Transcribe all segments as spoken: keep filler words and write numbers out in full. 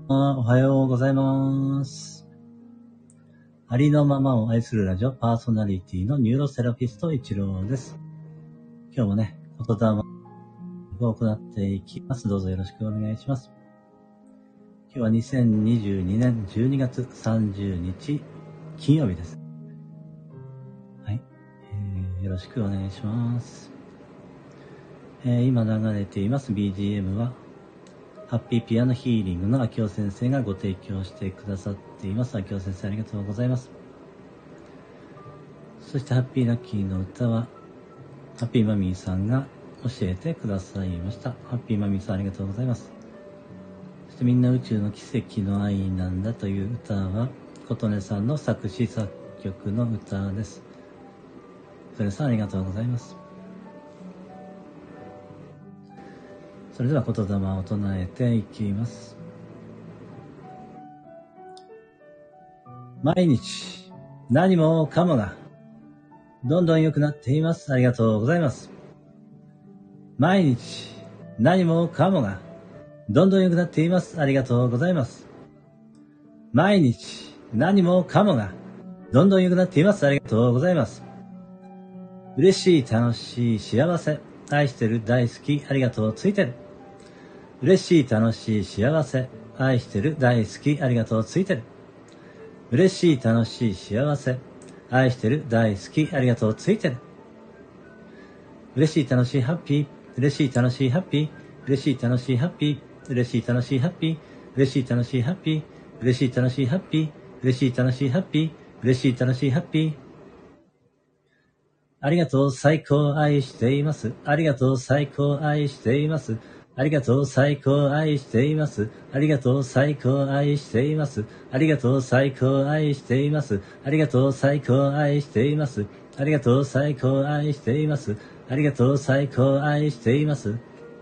おはようございます。ありのままを愛するラジオパーソナリティのニューロセラピスト一郎です。今日もね、言霊を行っていきます。どうぞよろしくお願いします。今日はにせんにじゅうにねんじゅうにがつさんじゅうにち金曜日です。はい、えー、よろしくお願いします。えー、今流れています ビージーエム はハッピーピアノヒーリングの秋尾先生がご提供してくださっています。秋尾先生ありがとうございます。そしてハッピーラッキーの歌はハッピーマミーさんが教えてくださいました。ハッピーマミーさんありがとうございます。そしてみんな宇宙の奇跡の愛なんだという歌は琴音さんの作詞作曲の歌です。それさんありがとうございます。それでは言霊を唱えていきます。毎日何もかもがどんどん良くなっています。ありがとうございます。毎日何もかもがどんどん良くなっています。ありがとうございます。毎日何もかもがどんどん良くなっています。ありがとうございます。嬉しい、楽しい、幸せ、愛してる、大好き、ありがとう、ついてる。嬉しい、楽しい、幸せ、愛してる、大好き、ありがとう、ついてる。嬉しい、楽しい、幸せ、愛してる、大好き、ありがとう、ついてる。嬉しい、楽しい、ハッピー、嬉しい、楽しい、ハッピー、嬉しい、楽しい、ハッピー、嬉しい、楽しい、ハッピー、嬉しい、楽しい、ハッピー、嬉しい、楽しい、ハッピー、嬉しい、楽しい、ハッピー、嬉しい、楽しい、ハッピー。ありがとう、最高、愛しています。ありがとう、最高、愛しています。ありがとう、最高、愛しています。ありがとう、最高、愛しています。ありがとう、最高、愛しています。ありがとう、最高、愛しています。ありがとう、最高、愛しています。ありがとう、最高、愛しています。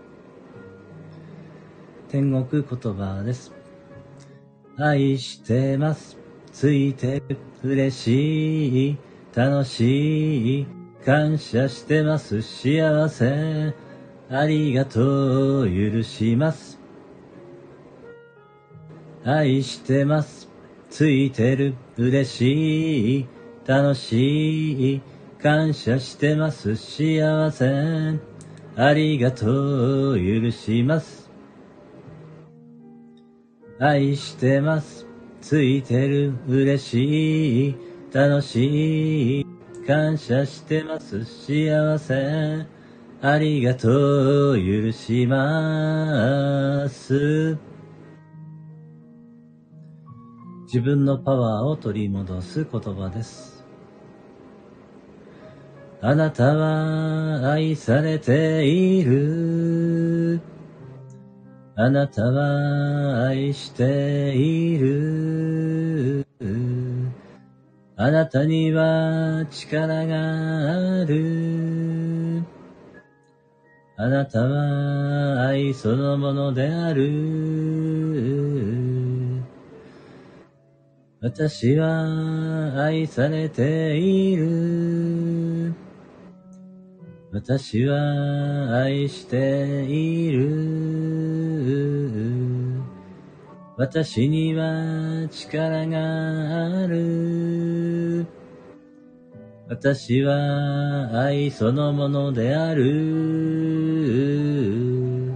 天国言葉です。愛してます。ついてる。嬉しい。楽しい。感謝してます。幸せ。ありがとう。許します。愛してます。ついてる。嬉しい。楽しい。感謝してます。幸せ。ありがとう。許します。愛してます。ついてる。嬉しい。楽しい。感謝してます。幸せ。ありがとう。許します。自分のパワーを取り戻す言葉です。あなたは愛されている。あなたは愛している。あなたには力がある。あなたは愛そのものである。私は愛されている。私は愛している。私には力がある。私は愛そのものである。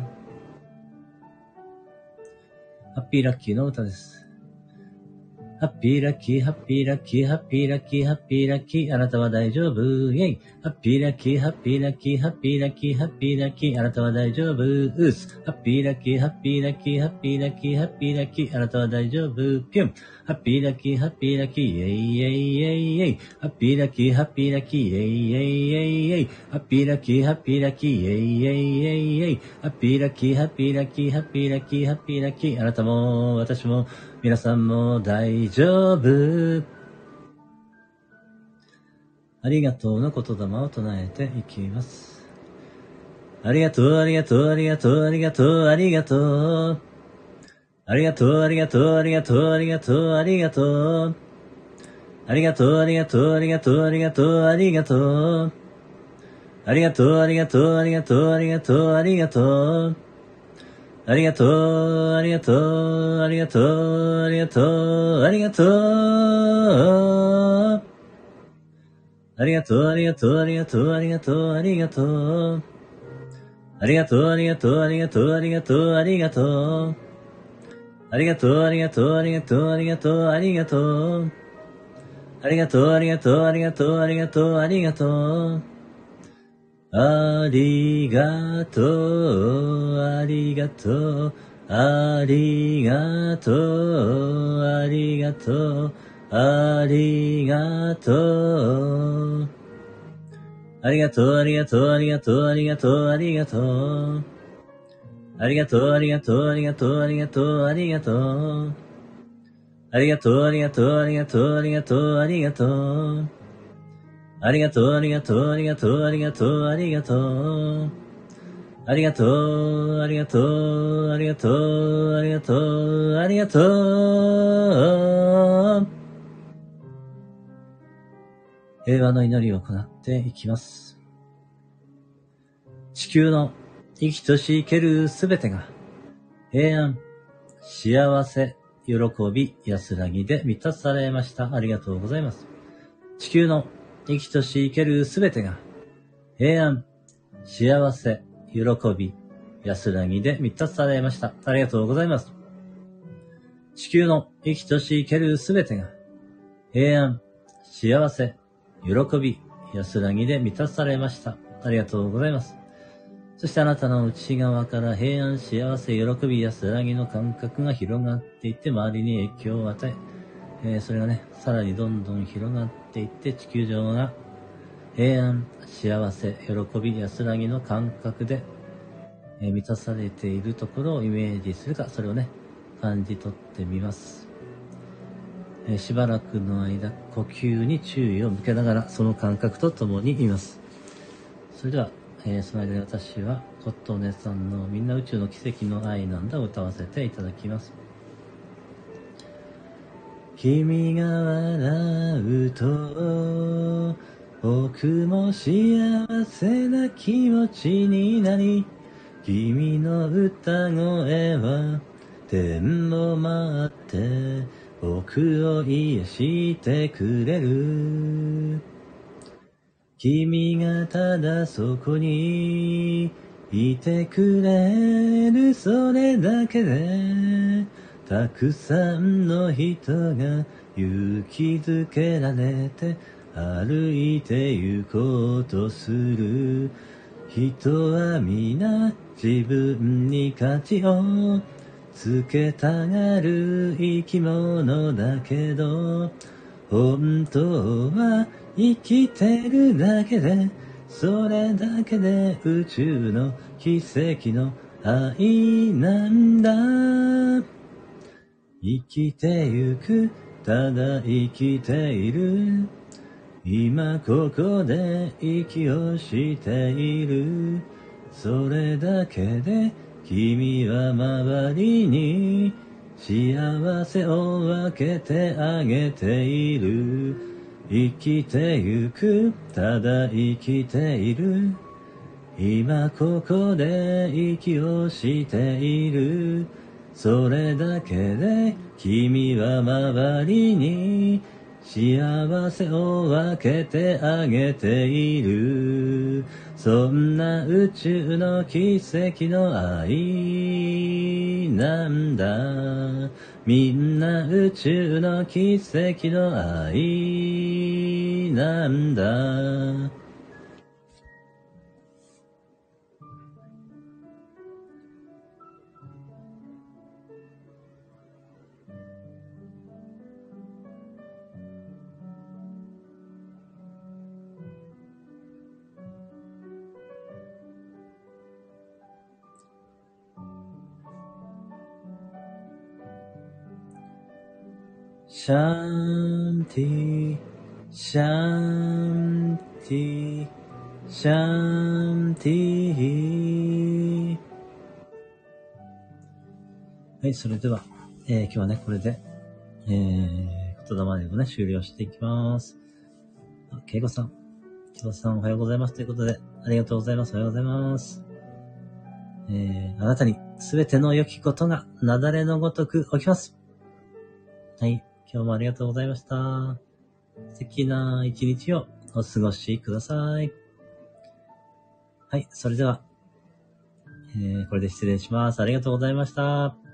ハッピーラッキーの歌です。ハッピーラッキー、ハッピーラッキー、ハッピーラッキー、ハッピーラッキー、あなたは大丈夫、イェイ。ハッピーラッキー、ハッピーラッキー、ハッピーラッキー、ハッピーラッキー、あなたは大丈夫、うっす。ハッピーラッキー、ハッピーラッキー、ハッピーラッキー、ハッピーラッキー、あなたは大丈夫、ピュン。ハッピーラッキー、ハッピーラッキー、イェイイェイイェイイェイ。ハッピーラッキー、ハッピーラッキー、イェイイェイイェイイェイ。ハッピーラッキー、ハッピーラッキー、イェイイェイイェイイェイ。ハッピーラッキー、ハッピーラッキー、ハッピーラッキー、ハッピーラッキー、あなたも、私も、皆さんも大丈夫。ありがとうの言霊を唱えていきます。ありがとう、ありがとう、ありがとう、ありがとう、ありがとう。ありがとう、ありがとう、ありがとう、ありがとう、ありがとう。ありがとう、ありがとう、ありがとう、ありがとう、ありがとう。ありがとう、ありがとう、ありがとう、ありがとう、ありがとう。 ありがとう、ありがとう、ありがとう、ありがとう、ありがとう。ありがとう、ありがとう、ありがとう、ありがとう、ありがとう。ありがとう、ありがとう、ありがとう、ありがとう、ありがとう。ありがとう、ありがとう、ありがとう、ありがとう、ありがとう。ありがとう、ありがとう、ありがとう、ありがとう、ありがとう。ありがとう、ありがとう、ありがとう、ありがとう、ありがとう。ありがとう、ありがとう、ありがとう、ありがとう、ありがとう。ありがとう、ありがとう、ありがとう、ありがとう、ありがとう。ありがとう、ありがとう、ありがとう、ありがとう、ありがとう。ありがとう、ありがとう、ありがとう、ありがとう、ありがとう。ありがとう、ありがとう、ありがとう、ありがとう、ありがとう。平和の祈りを行っていきます。地球の生きとし生けるすべてが平安、幸せ、喜び、安らぎで満たされました。ありがとうございます。地球の生きとし生けるすべてが平安、幸せ、喜び、安らぎで満たされました。ありがとうございます。地球の生きとし生けるすべてが平安、幸せ、喜び、安らぎで満たされました。ありがとうございます。そしてあなたの内側から平安、幸せ、喜び、安らぎの感覚が広がっていって周りに影響を与え、えー、それがね、さらにどんどん広がっていって地球上が平安、幸せ、喜び、安らぎの感覚で、えー、満たされているところをイメージするか、それをね、感じ取ってみます。えー、しばらくの間、呼吸に注意を向けながら、その感覚とともにいます。それでは、えー、その間に私は、コットーネさんのみんな宇宙の奇跡の愛なんだを歌わせていただきます。君が笑うと、僕も幸せな気持ちになり、君の歌声は天を回って僕を癒してくれる。君がただそこにいてくれる、それだけでたくさんの人が勇気づけられて歩いて行こうとする。人は皆自分に価値をつけたがる生き物だけど、本当は生きてるだけで、それだけで宇宙の奇跡の愛なんだ。生きてゆく、ただ生きている、今ここで息をしている、それだけで君は周りに幸せを分けてあげている。生きてゆく、ただ生きている、今ここで息をしている、それだけで君は周りに幸せを分けてあげている。そんな宇宙の奇跡の愛なんだ。みんな宇宙の奇跡の愛なんだ。シャンティ、シャンティ、シャンティ。はい、それでは、えー、今日はね、これで、えー、言霊でもね、終了していきます。あ、ケイコさん、ケイコさんおはようございますということで、ありがとうございます。おはようございます。 えー、あなたにすべての良きことが雪崩のごとく起きます。はい。今日もありがとうございました。素敵な一日をお過ごしください。はい。それでは、えー、これで失礼します。ありがとうございました。